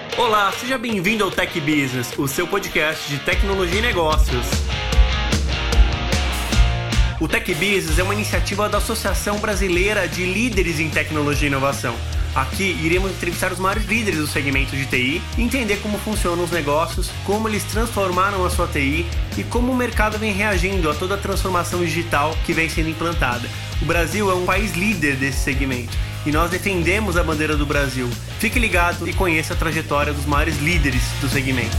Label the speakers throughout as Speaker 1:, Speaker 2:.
Speaker 1: Olá, seja bem-vindo ao Tech Business, o seu podcast de tecnologia e negócios. O Tech Business é uma iniciativa da Associação Brasileira de Líderes em Tecnologia e Inovação. Aqui iremos entrevistar os maiores líderes do segmento de TI e entender como funcionam os negócios, como eles transformaram a sua TI e como o mercado vem reagindo a toda a transformação digital que vem sendo implantada. O Brasil é um país líder desse segmento e nós defendemos a bandeira do Brasil. Fique ligado e conheça a trajetória dos maiores líderes do segmento.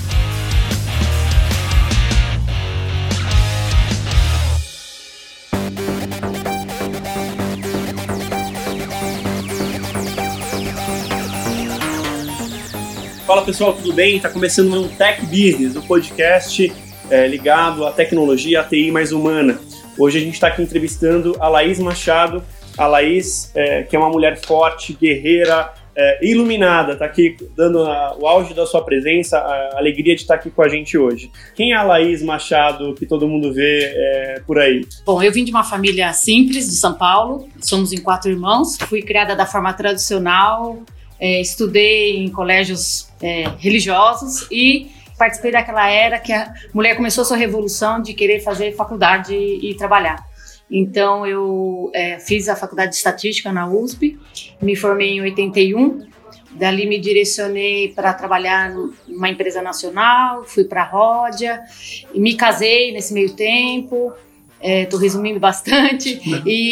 Speaker 1: Fala pessoal, tudo bem? Está começando um Tech Business, um podcast ligado à tecnologia, à TI mais humana. Hoje a gente está aqui entrevistando a Laís Machado. A Laís, que é uma mulher forte, guerreira, iluminada, está aqui dando o auge da sua presença, a alegria de estar aqui com a gente hoje. Quem é a Laís Machado que todo mundo vê por aí?
Speaker 2: Bom, eu vim de uma família simples de São Paulo, somos em 4 irmãos, fui criada da forma tradicional, estudei em colégios religiosos e participei daquela era que a mulher começou sua revolução de querer fazer faculdade e trabalhar. Então eu fiz a faculdade de estatística na USP, me formei em 81, dali me direcionei para trabalhar numa empresa nacional, fui para a Ródia, me casei nesse meio tempo. Estou resumindo bastante,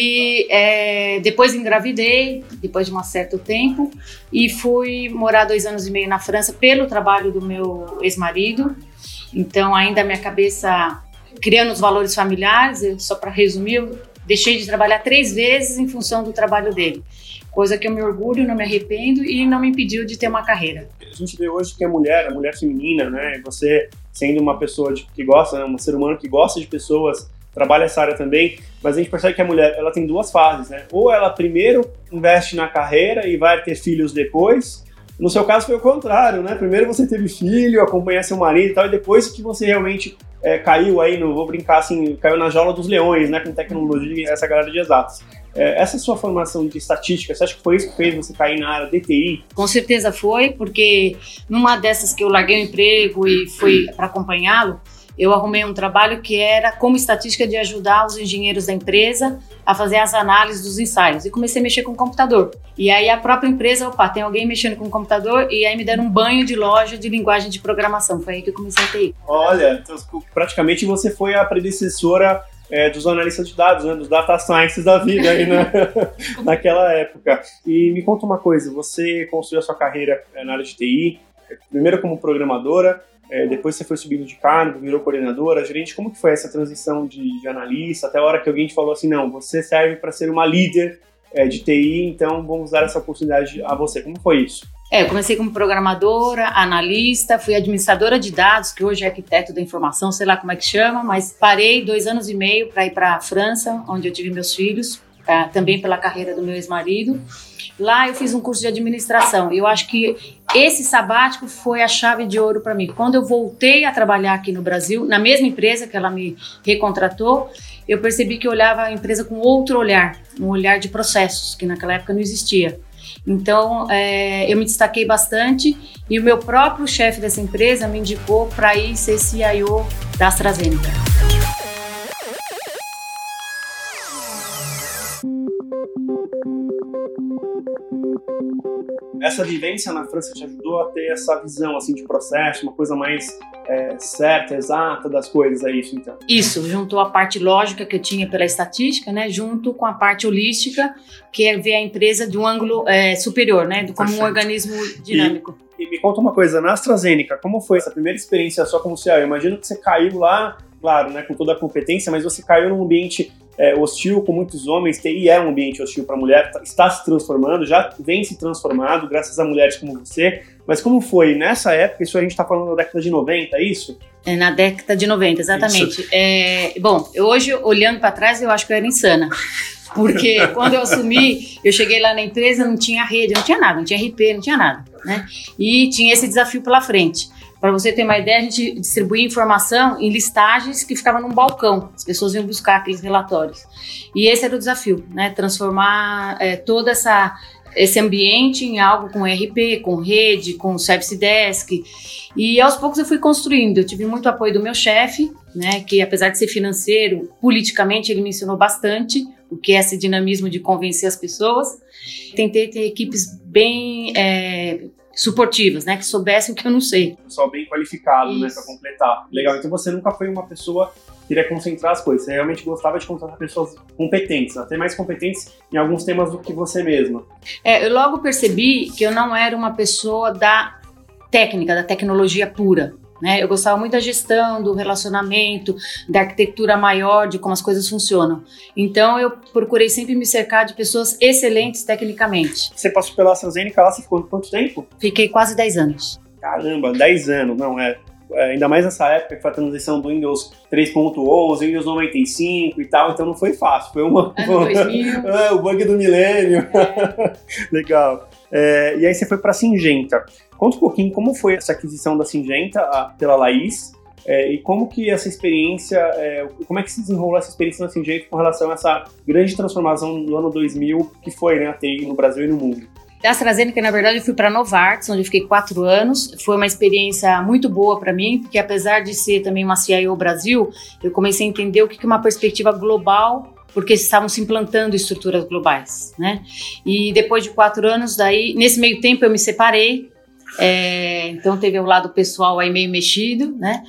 Speaker 2: e depois engravidei, depois de um certo tempo, e fui morar 2 anos e meio na França pelo trabalho do meu ex-marido. Então ainda a minha cabeça criando os valores familiares, só para resumir, eu deixei de trabalhar 3 vezes em função do trabalho dele, coisa que eu me orgulho, não me arrependo e não me impediu de ter uma carreira.
Speaker 1: A gente vê hoje que a mulher feminina, né, você sendo uma pessoa que gosta, né, um ser humano que gosta de pessoas, trabalha essa área também, mas a gente percebe que a mulher ela tem 2 fases, né? Ou ela primeiro investe na carreira e vai ter filhos depois. No seu caso foi o contrário, né? Primeiro você teve filho, acompanhar seu marido e tal, e depois que você realmente caiu aí, vou brincar assim, caiu na jaula dos leões, né? Com tecnologia e essa galera de exatas. Essa sua formação de estatística, você acha que foi isso que fez você cair na área de TI?
Speaker 2: Com certeza foi, porque numa dessas que eu larguei o emprego e fui para acompanhá-lo, eu arrumei um trabalho que era como estatística de ajudar os engenheiros da empresa a fazer as análises dos ensaios. E comecei a mexer com o computador. E aí a própria empresa, tem alguém mexendo com o computador, e aí me deram um banho de loja de linguagem de programação. Foi aí que eu comecei a TI.
Speaker 1: Olha, então, praticamente você foi a predecessora dos analistas de dados, né, dos data scientists da vida aí, né? Naquela época. E me conta uma coisa, você construiu a sua carreira na área de TI, primeiro como programadora, depois você foi subindo de cargo, virou coordenadora, gerente. Como que foi essa transição de analista, até a hora que alguém te falou assim, não, você serve para ser uma líder de TI, então vamos dar essa oportunidade a você. Como foi isso?
Speaker 2: Eu comecei como programadora, analista, fui administradora de dados, que hoje é arquiteto da informação, sei lá como é que chama, mas parei 2 anos e meio para ir para a França, onde eu tive meus filhos, também pela carreira do meu ex-marido. Lá eu fiz um curso de administração e eu acho que esse sabático foi a chave de ouro para mim. Quando eu voltei a trabalhar aqui no Brasil, na mesma empresa que ela me recontratou, eu percebi que eu olhava a empresa com outro olhar, um olhar de processos, que naquela época não existia. Então, eu me destaquei bastante e o meu próprio chefe dessa empresa me indicou para ir ser CIO da AstraZeneca.
Speaker 1: Essa vivência na França te ajudou a ter essa visão assim, de processo, uma coisa mais certa, exata das coisas, é isso então?
Speaker 2: Isso, juntou a parte lógica que eu tinha pela estatística, né, junto com a parte holística, que é ver a empresa de um ângulo superior, né, como um organismo dinâmico.
Speaker 1: E me conta uma coisa, na AstraZeneca, como foi essa primeira experiência sua como CEO? Eu imagino que você caiu lá, claro, né, com toda a competência, mas você caiu num ambiente hostil com muitos homens. TI é um ambiente hostil para a mulher, está se transformando, já vem se transformando graças a mulheres como você. Mas como foi nessa época? Isso a gente está falando da década de 90, é isso?
Speaker 2: Na década de 90, exatamente. Bom, hoje, olhando para trás, eu acho que eu era insana. Porque quando eu assumi, eu cheguei lá na empresa, não tinha rede, não tinha nada, não tinha RP, não tinha nada, né? E tinha esse desafio pela frente. Para você ter uma ideia, a gente distribuía informação em listagens que ficavam num balcão. As pessoas iam buscar aqueles relatórios. E esse era o desafio, né? Transformar todo esse ambiente em algo com ERP, com rede, com Service Desk. E aos poucos eu fui construindo. Eu tive muito apoio do meu chefe, né? Que apesar de ser financeiro, politicamente ele me ensinou bastante o que é esse dinamismo de convencer as pessoas. Tentei ter equipes bem suportivas, né, que soubessem o que eu não sei.
Speaker 1: Pessoal bem qualificado, né, para completar. Legal, então você nunca foi uma pessoa que queria concentrar as coisas, você realmente gostava de contratar pessoas competentes, até mais competentes em alguns temas do que você mesma.
Speaker 2: Eu logo percebi que eu não era uma pessoa da técnica, da tecnologia pura. Né? Eu gostava muito da gestão, do relacionamento, da arquitetura maior, de como as coisas funcionam. Então eu procurei sempre me cercar de pessoas excelentes tecnicamente.
Speaker 1: Você passou pela AstraZeneca lá, você ficou quanto tempo?
Speaker 2: Fiquei quase 10 anos.
Speaker 1: Caramba, 10 anos, não é? Ainda mais nessa época que foi a transição do Windows 3.11, Windows 95 e tal, então não foi fácil, foi
Speaker 2: ano 2000.
Speaker 1: O bug do milênio. Legal. E aí você foi para a Syngenta. Conta um pouquinho como foi essa aquisição da Syngenta pela Laís e como que essa experiência, como é que se desenrolou essa experiência na Syngenta com relação a essa grande transformação do ano 2000 que foi, né, a TI no Brasil e no mundo.
Speaker 2: Da AstraZeneca, na verdade, eu fui para a Novartis, onde eu fiquei 4 anos. Foi uma experiência muito boa para mim, porque apesar de ser também uma CIO Brasil, eu comecei a entender o que é uma perspectiva global, porque estavam se implantando estruturas globais, né? E depois de 4 anos, daí, nesse meio tempo eu me separei. Então teve o lado pessoal aí meio mexido, né?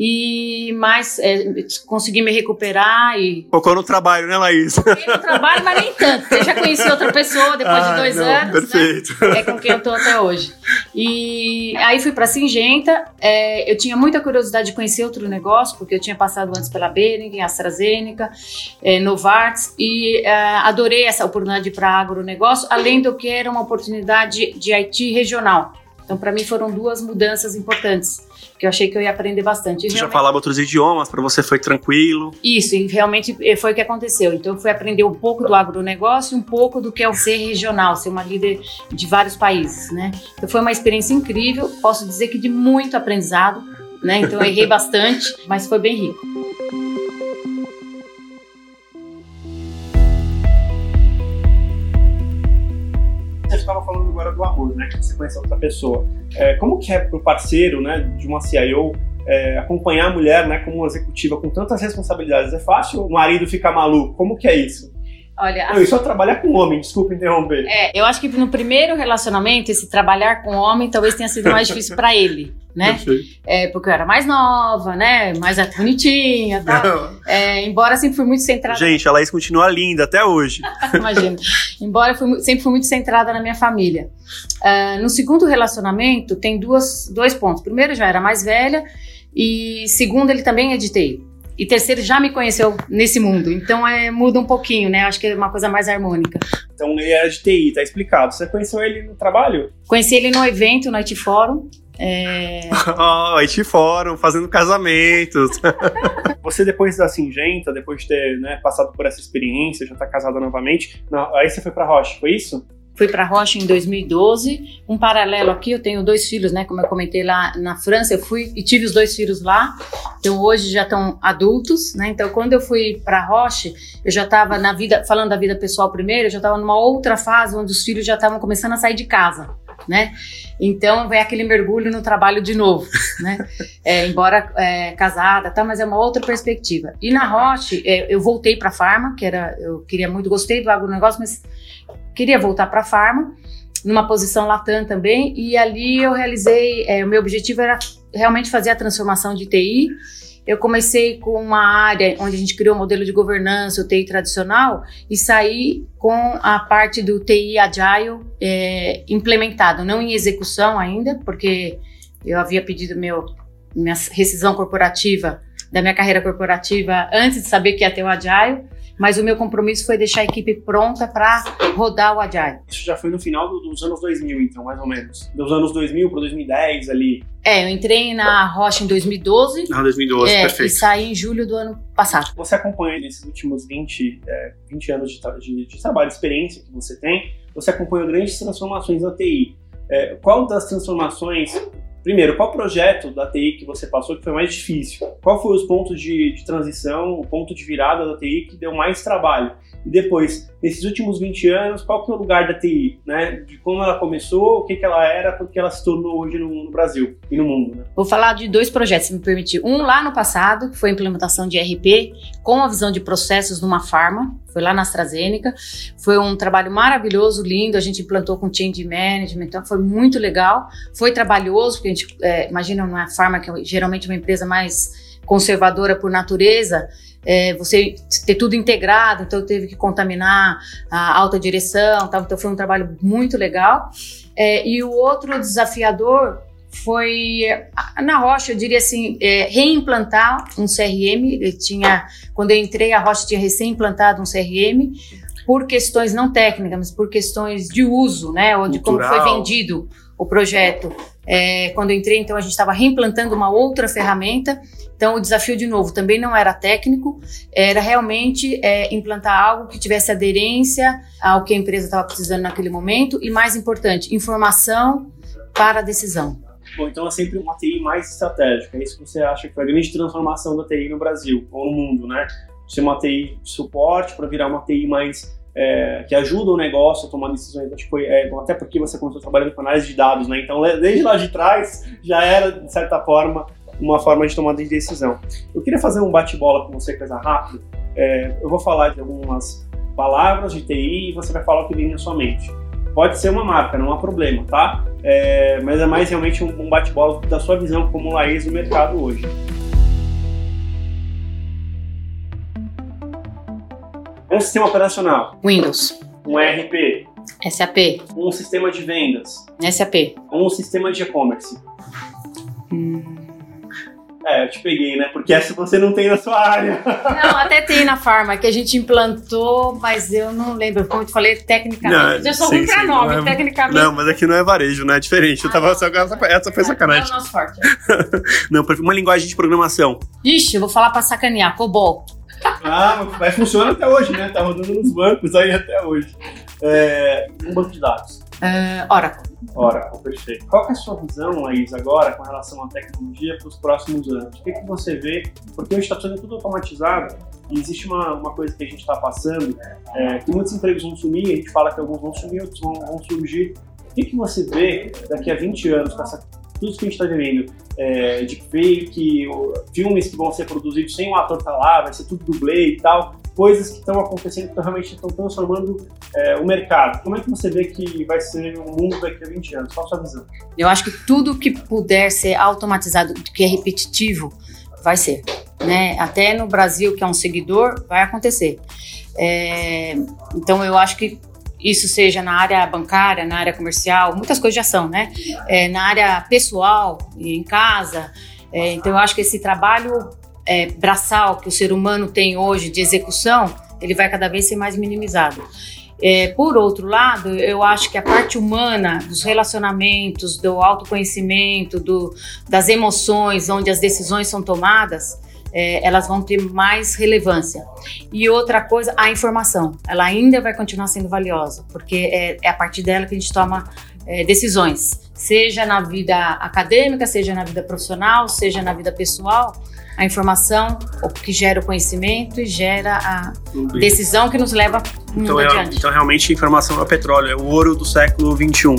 Speaker 2: Mas consegui me recuperar e...
Speaker 1: Focou no trabalho, né, Laís?
Speaker 2: Foquei no trabalho, mas nem tanto. Eu já conheci outra pessoa depois de 2 anos.
Speaker 1: Perfeito.
Speaker 2: Né? É com quem eu tô até hoje. E aí fui pra Syngenta. Eu tinha muita curiosidade de conhecer outro negócio, porque eu tinha passado antes pela Behring, AstraZeneca, Novartis, e adorei essa oportunidade de ir para agronegócio, além do que era uma oportunidade de IT regional. Então, para mim, foram 2 mudanças importantes, que eu achei que eu ia aprender bastante.
Speaker 1: Você já falava outros idiomas, para você foi tranquilo?
Speaker 2: Isso, e realmente foi o que aconteceu. Então, eu fui aprender um pouco do agronegócio e um pouco do que é o ser regional, ser uma líder de vários países, né? Então, foi uma experiência incrível, posso dizer que de muito aprendizado, né? Então, eu errei bastante, mas foi bem rico.
Speaker 1: Você estava falando agora do amor, né? Que você conhece outra pessoa. Como que é para o parceiro, né, de uma CIO acompanhar a mulher, né, como executiva com tantas responsabilidades? É fácil o marido ficar maluco? Como que é isso?
Speaker 2: Olha,
Speaker 1: não, e só trabalhar com homem, desculpa interromper.
Speaker 2: Eu acho que no primeiro relacionamento, esse trabalhar com homem talvez tenha sido mais difícil para ele, né? Porque eu era mais nova, né? Mais bonitinha e tal. Embora sempre fui muito centrada...
Speaker 1: Gente, a Laís continua linda até hoje.
Speaker 2: Imagina. Embora sempre fui muito centrada na minha família. No segundo relacionamento, tem dois pontos. Primeiro, eu já era mais velha. E segundo, ele também é de TI. E terceiro, já me conheceu nesse mundo. Então, muda um pouquinho, né? Acho que é uma coisa mais harmônica.
Speaker 1: Então, ele era de TI, tá explicado. Você conheceu ele no trabalho?
Speaker 2: Conheci ele no evento, no IT Forum.
Speaker 1: IT Forum, fazendo casamentos. Você, depois da Syngenta, depois de ter, né, passado por essa experiência, já tá casada novamente, aí você foi pra Roche, foi isso?
Speaker 2: Fui para Roche em 2012. Um paralelo aqui, eu tenho 2 filhos, né? Como eu comentei lá na França, eu fui e tive os 2 filhos lá. Então hoje já estão adultos, né? Então quando eu fui para Roche, eu já estava na vida, falando da vida pessoal primeiro, eu já estava numa outra fase onde os filhos já estavam começando a sair de casa, né? Então vem aquele mergulho no trabalho de novo, né? Embora casada, tá? Mas é uma outra perspectiva. E na Roche, eu voltei para a Pharma, eu queria muito, gostei do agronegócio, mas queria voltar para a Pharma, numa posição Latam também, e ali eu realizei, o meu objetivo era realmente fazer a transformação de TI. Eu comecei com uma área onde a gente criou um modelo de governança, o TI tradicional, e saí com a parte do TI Agile implementado, não em execução ainda, porque eu havia pedido minha rescisão corporativa, da minha carreira corporativa, antes de saber que ia ter o Agile, mas o meu compromisso foi deixar a equipe pronta para rodar o Agile.
Speaker 1: Isso já foi no final dos anos 2000, então, mais ou menos. Dos anos 2000 para 2010, ali.
Speaker 2: Eu entrei na Roche em 2012.
Speaker 1: 2012, perfeito.
Speaker 2: E saí em julho do ano passado.
Speaker 1: Você acompanha nesses últimos 20 anos de trabalho, de experiência que você tem, você acompanha grandes transformações na TI. Qual das transformações Primeiro, qual projeto da TI que você passou que foi mais difícil? Qual foi os pontos de transição, o ponto de virada da TI que deu mais trabalho? E depois, nesses últimos 20 anos, qual que é o lugar da TI, né? De como ela começou, o que ela era, porque ela se tornou hoje no Brasil e no mundo, né?
Speaker 2: Vou falar de 2 projetos, se me permitir. Um lá no passado, que foi a implementação de ERP, com a visão de processos numa farma, foi lá na AstraZeneca. Foi um trabalho maravilhoso, lindo, a gente implantou com Change Management, então foi muito legal. Foi trabalhoso, porque a gente, imagina uma farma que é geralmente uma empresa mais conservadora por natureza, você ter tudo integrado, então teve que contaminar a alta direção, tal, então foi um trabalho muito legal. E o outro desafiador foi, na Rocha, eu diria assim, reimplantar um CRM. Quando eu entrei, a Rocha tinha recém-implantado um CRM, por questões não técnicas, mas por questões de uso, né, ou de como foi vendido o projeto. Quando eu entrei, então, a gente estava reimplantando uma outra ferramenta. Então, o desafio, de novo, também não era técnico, era realmente implantar algo que tivesse aderência ao que a empresa estava precisando naquele momento e, mais importante, informação para a decisão.
Speaker 1: Bom, então é sempre uma TI mais estratégica. É isso que você acha que foi a grande transformação da TI no Brasil ou no mundo, né? Ser uma TI de suporte para virar uma TI mais que ajuda o negócio a tomar decisões. Acho que foi, até porque você começou trabalhando com análise de dados, né? Então, desde lá de trás, já era, de certa forma, uma forma de tomada de decisão. Eu queria fazer um bate-bola com você, coisa rápida. Eu vou falar de algumas palavras de TI e você vai falar o que vem na sua mente. Pode ser uma marca, não há problema, tá? Mas é mais realmente um bate-bola da sua visão como Laís no mercado hoje. Um sistema operacional.
Speaker 2: Windows.
Speaker 1: Um ERP.
Speaker 2: SAP.
Speaker 1: Um sistema de vendas.
Speaker 2: SAP.
Speaker 1: Um sistema de e-commerce. Eu te peguei, né? Porque essa você não tem na sua área.
Speaker 2: Não, até tem na Farma, que a gente implantou, mas eu não lembro. Como eu te falei, tecnicamente. Eu sou ruim pra nome, tecnicamente.
Speaker 1: Não, mas aqui não é varejo, né? É diferente. Eu tava só essa foi sacanagem.
Speaker 2: Não é o nosso forte.
Speaker 1: Não, uma linguagem de programação.
Speaker 2: Ixi, eu vou falar pra sacanear. COBOL.
Speaker 1: Mas funciona até hoje, né? Tá rodando nos bancos aí até hoje. Um banco de dados.
Speaker 2: Oracle,
Speaker 1: perfeito. Qual que é a sua visão, Laís, agora com relação à tecnologia para os próximos anos? O que você vê? Porque hoje está sendo tudo automatizado e existe uma coisa que a gente está passando, que muitos empregos vão sumir, a gente fala que alguns vão sumir, outros vão surgir. O que você vê daqui a 20 anos com tudo isso que a gente está vivendo? De fake, filmes que vão ser produzidos sem o ator estar lá, vai ser tudo dublê e tal. Coisas que estão acontecendo, que realmente estão transformando o mercado. Como é que você vê que vai ser o mundo daqui a 20 anos? Qual a sua visão?
Speaker 2: Eu acho que tudo que puder ser automatizado, que é repetitivo, vai ser. Né? Até no Brasil, que é um seguidor, vai acontecer. Então, eu acho que isso seja na área bancária, na área comercial, muitas coisas já são, né? Na área pessoal, em casa. Então, eu acho que esse trabalho braçal que o ser humano tem hoje de execução, ele vai cada vez ser mais minimizado. Por outro lado, eu acho que a parte humana dos relacionamentos, do autoconhecimento, das emoções, onde as decisões são tomadas, elas vão ter mais relevância. E outra coisa, a informação, ela ainda vai continuar sendo valiosa, porque é a partir dela que a gente toma decisões, seja na vida acadêmica, seja na vida profissional, seja na vida pessoal. A informação, o que gera o conhecimento e gera a decisão que nos leva muito adiante.
Speaker 1: Então, realmente, a informação é o petróleo, é o ouro do século XXI.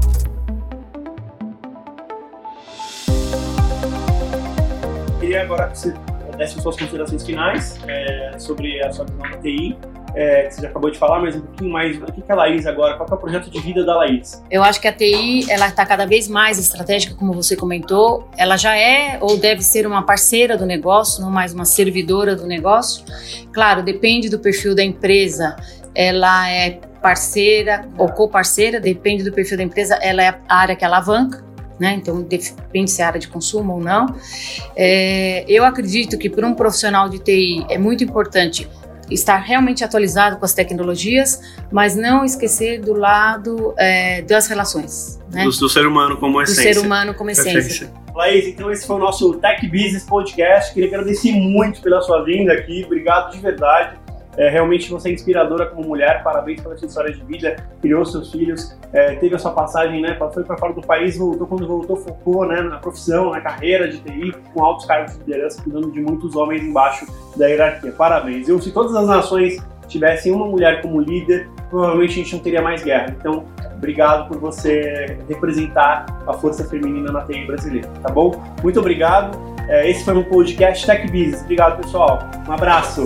Speaker 1: Queria agora que você desse suas considerações finais sobre a sua visão da TI, que você já acabou de falar, mas um pouquinho mais, o que é a Laís agora? Qual que é o projeto de vida da Laís?
Speaker 2: Eu acho que a TI, ela está cada vez mais estratégica, como você comentou. Ela já é ou deve ser uma parceira do negócio, não mais uma servidora do negócio. Claro, depende do perfil da empresa. Ela é parceira ou coparceira, depende do perfil da empresa. Ela é a área que alavanca. Né? Então, depende se é área de consumo ou não. Eu acredito que para um profissional de TI é muito importante estar realmente atualizado com as tecnologias, mas não esquecer do lado das relações. Né?
Speaker 1: Do ser humano como essência.
Speaker 2: Do ser humano como essência.
Speaker 1: Laís, então esse foi o nosso Tech Business Podcast. Queria agradecer muito pela sua vinda aqui. Obrigado de verdade. Realmente você é inspiradora como mulher, parabéns pela sua história de vida, criou seus filhos, teve a sua passagem, né, foi para fora do país, voltou, quando voltou focou, né, na profissão, na carreira de TI, com altos cargos de liderança, cuidando de muitos homens embaixo da hierarquia. Parabéns. Se todas as nações tivessem uma mulher como líder, provavelmente a gente não teria mais guerra. Então, obrigado por você representar a força feminina na TI brasileira, tá bom? Muito obrigado. Esse foi um podcast Tech Business. Obrigado, pessoal. Um abraço.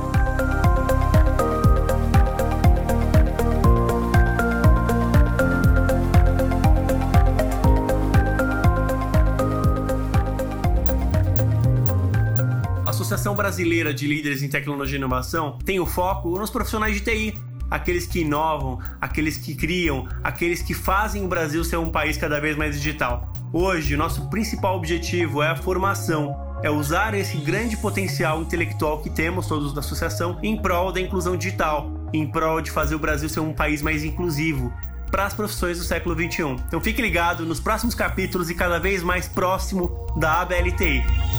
Speaker 1: A Associação Brasileira de Líderes em Tecnologia e Inovação tem o foco nos profissionais de TI, aqueles que inovam, aqueles que criam, aqueles que fazem o Brasil ser um país cada vez mais digital. Hoje, o nosso principal objetivo é a formação, é usar esse grande potencial intelectual que temos todos da associação em prol da inclusão digital, em prol de fazer o Brasil ser um país mais inclusivo para as profissões do século XXI. Então fique ligado nos próximos capítulos e cada vez mais próximo da ABLTI.